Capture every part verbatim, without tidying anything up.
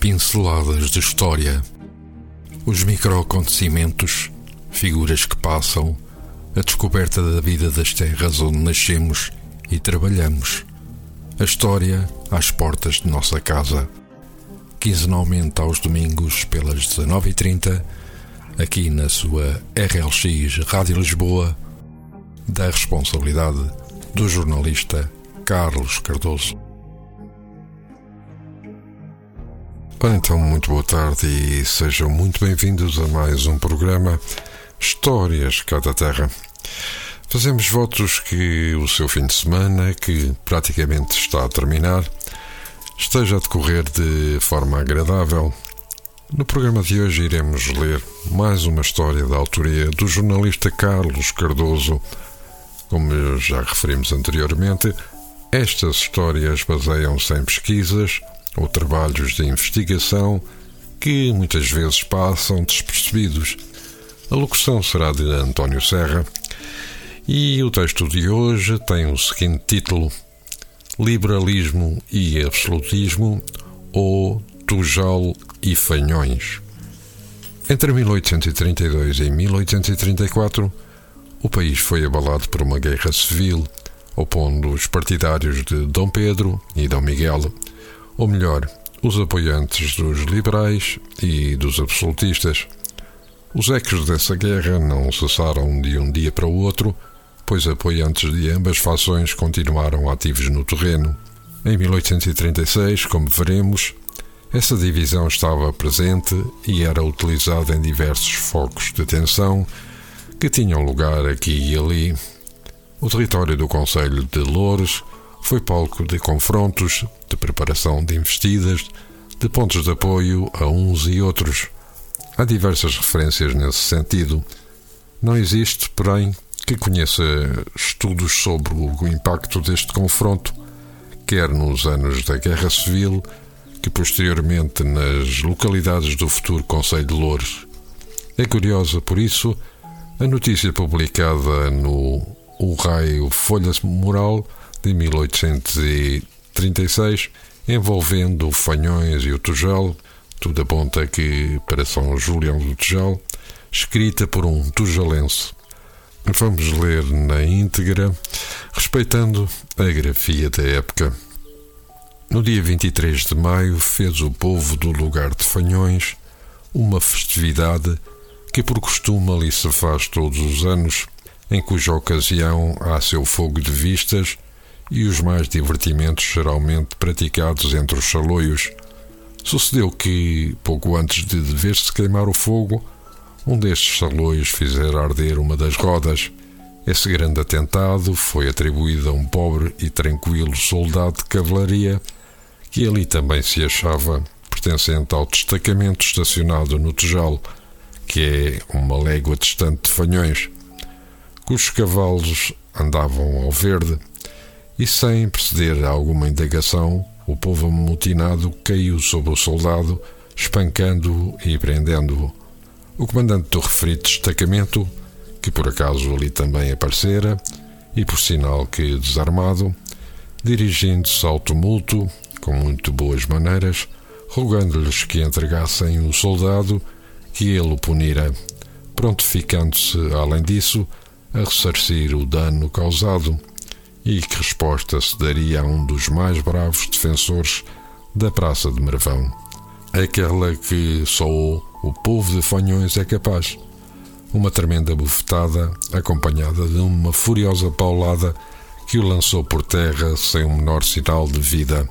Pinceladas de história. Os microacontecimentos, figuras que passam, a descoberta da vida das terras onde nascemos e trabalhamos. A história às portas de nossa casa. Quinzenalmente aos domingos pelas dezanove e trinta, aqui na sua R L X Rádio Lisboa, da responsabilidade do jornalista Carlos Cardoso. Ora então, muito boa tarde e sejam muito bem-vindos a mais um programa Histórias Cá da Terra. Fazemos votos que o seu fim de semana, que praticamente está a terminar, esteja a decorrer de forma agradável. No programa de hoje iremos ler mais uma história da autoria do jornalista Carlos Cardoso. Como já referimos anteriormente, estas histórias baseiam-se em pesquisas ou trabalhos de investigação que muitas vezes passam despercebidos. A locução será de António Serra e o texto de hoje tem o seguinte título: Liberalismo e Absolutismo ou Tujal e Fanhões. Entre mil oitocentos e trinta e dois e mil oitocentos e trinta e quatro, o país foi abalado por uma guerra civil, opondo os partidários de Dom Pedro e Dom Miguel, ou melhor, os apoiantes dos liberais e dos absolutistas. Os ecos dessa guerra não cessaram de um dia para o outro, pois apoiantes de ambas fações continuaram ativos no terreno. Em mil oitocentos e trinta e seis, como veremos, essa divisão estava presente e era utilizada em diversos focos de tensão que tinham lugar aqui e ali. O território do concelho de Loures foi palco de confrontos, de preparação de investidas, de pontos de apoio a uns e outros. Há diversas referências nesse sentido. Não existe, porém, que conheça estudos sobre o impacto deste confronto, quer nos anos da Guerra Civil, que posteriormente nas localidades do futuro concelho de Loures. É curiosa, por isso, a notícia publicada no O Raio Folha Moral de mil oitocentos e trinta e seis, envolvendo o Fanhões e o Tujal, tudo aponta que para São Julião do Tujal, escrita por um tujalense. Vamos ler na íntegra, respeitando a grafia da época. No dia vinte e três de maio fez o povo do lugar de Fanhões uma festividade que por costume ali se faz todos os anos, em cuja ocasião há seu fogo de vistas e os mais divertimentos geralmente praticados entre os saloios. Sucedeu que, pouco antes de dever-se queimar o fogo, um destes saloios fizera arder uma das rodas. Esse grande atentado foi atribuído a um pobre e tranquilo soldado de cavalaria que ali também se achava, pertencente ao destacamento estacionado no Tujal, que é uma légua distante de Fanhões, cujos cavalos andavam ao verde, e sem preceder a alguma indagação, o povo amotinado caiu sobre o soldado, espancando-o e prendendo-o. O comandante do referido destacamento, que por acaso ali também aparecera, e por sinal que desarmado, dirigindo-se ao tumulto, com muito boas maneiras, rogando-lhes que entregassem o soldado, que ele o punira, prontificando-se, além disso, a ressarcir o dano causado. E que resposta se daria a um dos mais bravos defensores da Praça de Marvão? Aquela que só o povo de Fanhões é capaz. Uma tremenda bufetada, acompanhada de uma furiosa paulada que o lançou por terra sem o menor sinal de vida.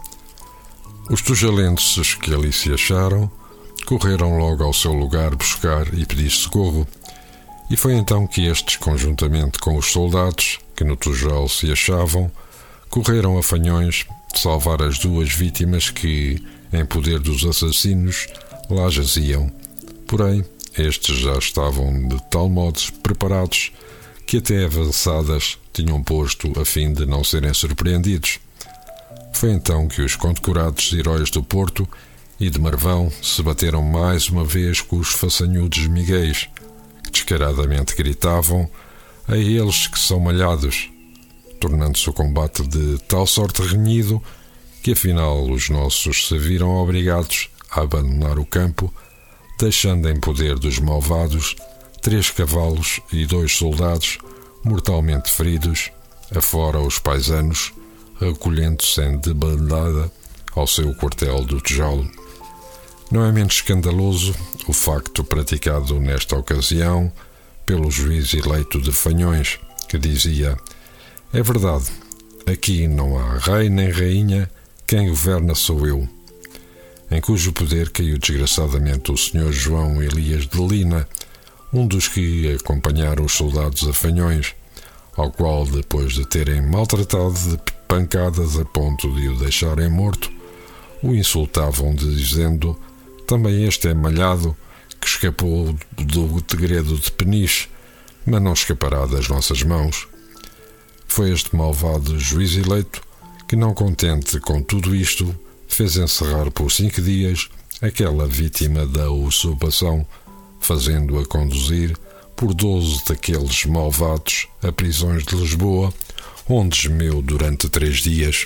Os tujalenses que ali se acharam correram logo ao seu lugar buscar e pedir socorro. E foi então que estes, conjuntamente com os soldados que no Tujal se achavam, correram a Fanhões salvar as duas vítimas que, em poder dos assassinos, lá jaziam. Porém, estes já estavam de tal modo preparados que até avançadas tinham posto a fim de não serem surpreendidos. Foi então que os condecorados heróis do Porto e de Marvão se bateram mais uma vez com os façanhudos miguéis, que descaradamente gritavam a eles que são malhados, tornando-se o combate de tal sorte renhido que afinal os nossos se viram obrigados a abandonar o campo, deixando em poder dos malvados três cavalos e dois soldados mortalmente feridos, afora os paisanos, recolhendo-se em debandada ao seu quartel do Tijolo. Não é menos escandaloso o facto praticado nesta ocasião pelo juiz eleito de Fanhões, que dizia: "É verdade, aqui não há rei nem rainha, quem governa sou eu", em cujo poder caiu desgraçadamente o senhor João Elias de Lina, um dos que acompanharam os soldados a Fanhões, ao qual, depois de terem maltratado de pancadas a ponto de o deixarem morto, o insultavam dizendo: "Também este é malhado, que escapou do degredo de Peniche, mas não escapará das nossas mãos." Foi este malvado juiz eleito que, não contente com tudo isto, fez encerrar por cinco dias aquela vítima da usurpação, fazendo-a conduzir por doze daqueles malvados a prisões de Lisboa, onde gemeu durante três dias.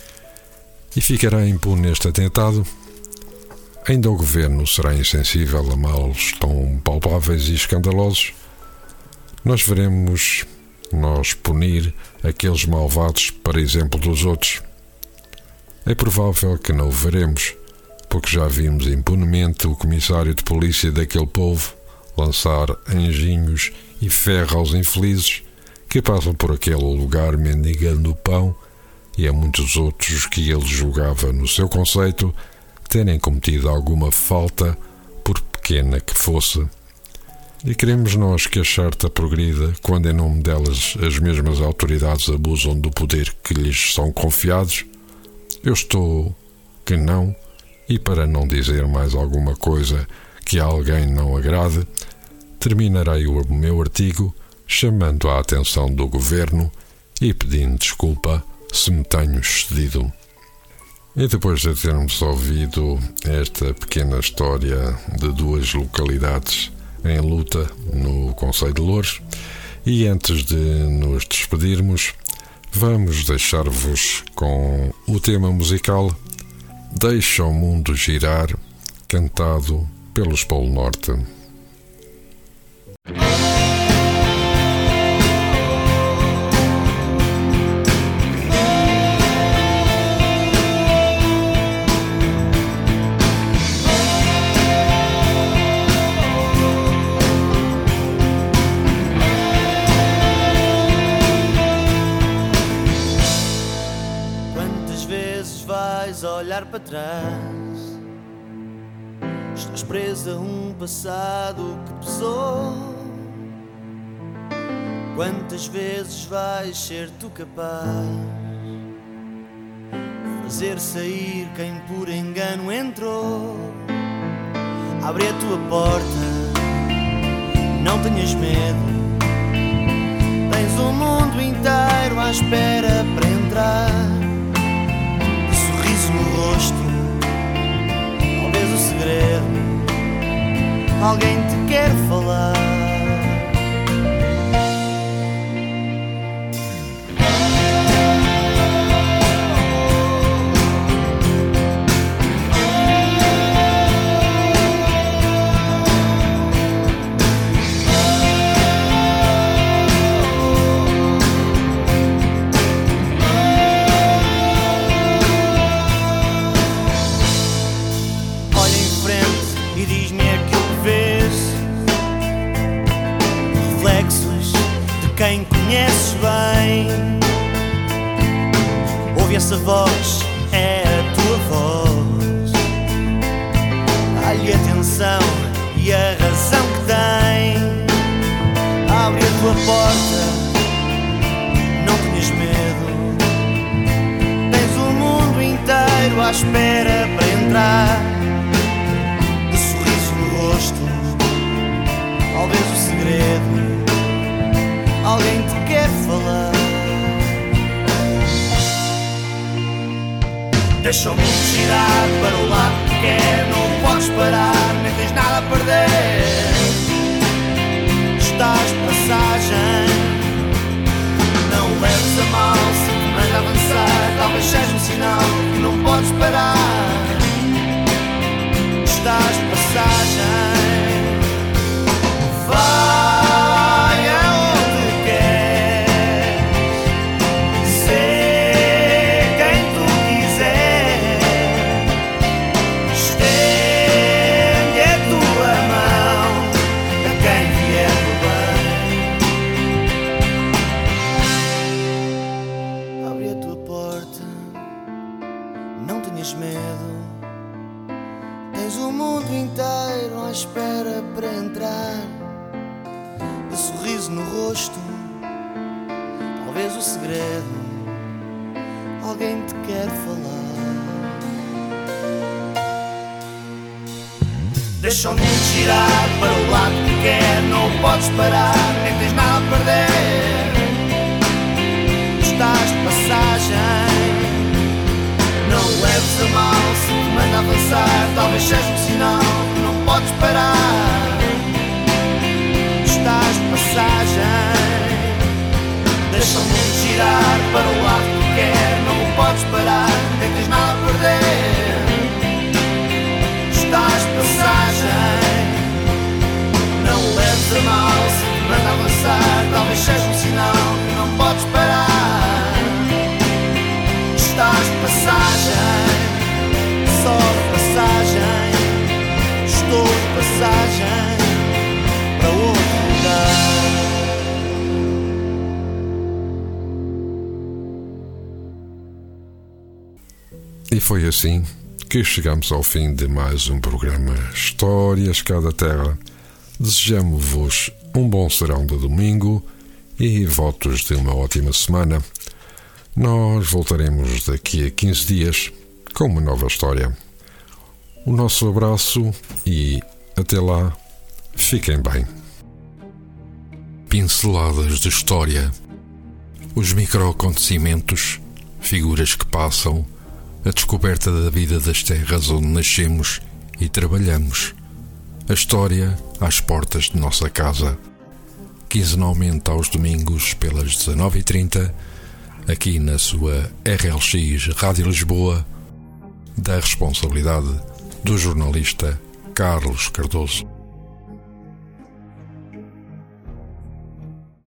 E ficará impune este atentado? Ainda o governo será insensível a males tão palpáveis e escandalosos? Nós veremos nós punir aqueles malvados para exemplo dos outros? É provável que não o veremos, porque já vimos impunemente o comissário de polícia daquele povo lançar anjinhos e ferro aos infelizes que passam por aquele lugar mendigando o pão, e a muitos outros que ele julgava, no seu conceito, terem cometido alguma falta, por pequena que fosse. E queremos nós que a Charta progrida quando, em nome delas, as mesmas autoridades abusam do poder que lhes são confiados? Eu estou que não, e para não dizer mais alguma coisa que a alguém não agrade, terminarei o meu artigo chamando a atenção do governo e pedindo desculpa se me tenho excedido. E depois de termos ouvido esta pequena história de duas localidades em luta no Concelho de Loures, e antes de nos despedirmos, vamos deixar-vos com o tema musical "Deixa o Mundo Girar", cantado pelos Polo Norte. Olhar para trás, estás presa a um passado que pesou. Quantas vezes vais ser tu capaz de fazer sair quem por engano entrou? Abre a tua porta, não tenhas medo, tens o mundo inteiro à espera para entrar. No rosto, talvez o segredo, alguém te quer falar. Quem conheces bem, ouve essa voz, é a tua voz. Dá-lhe atenção e a razão que tem. Abre a tua porta, não tenhas medo, tens o mundo inteiro à espera para entrar. De sorriso no rosto, talvez o segredo, alguém te quer falar. Deixa o mundo girar para o lado que quer, não podes parar, nem tens nada a perder. Estás de passagem, não leves a mal se te manda avançar. Talvez seja um sinal que não podes parar. estás de passagem. Vai aonde queres, ser quem tu quiseres, estende a tua mão a quem vier do bem. Abre a tua porta, não tenhas medo, tens o mundo inteiro à espera para entrar. De sorriso no rosto, talvez o segredo, alguém te quer falar. Deixa o mundo girar para o lado que quer, não o podes parar, nem tens nada a perder. Estás de passagem, não o leves a mal se te manda avançar, talvez seja um sinal que não podes parar. Estás de passagem, deixa o mundo girar para o lado que quer, não o podes parar, nem tens nada a perder. Estás de passagem, não o leves a mal se te manda avançar, talvez seja um sinal que não podes parar. Estás de passagem, só de passagem, estou de passagem para outro lugar. E foi assim que chegamos ao fim de mais um programa Histórias Cada Terra. Desejamos-vos um bom serão de domingo e votos de uma ótima semana. Nós voltaremos daqui a quinze dias com uma nova história. O nosso abraço e até lá, fiquem bem. Pinceladas de história. Os microacontecimentos, figuras que passam, a descoberta da vida das terras onde nascemos e trabalhamos. A história às portas de nossa casa. Quinzenalmente aos domingos pelas dezanove e trinta, aqui na sua R L X Rádio Lisboa, da responsabilidade do jornalista Carlos Cardoso.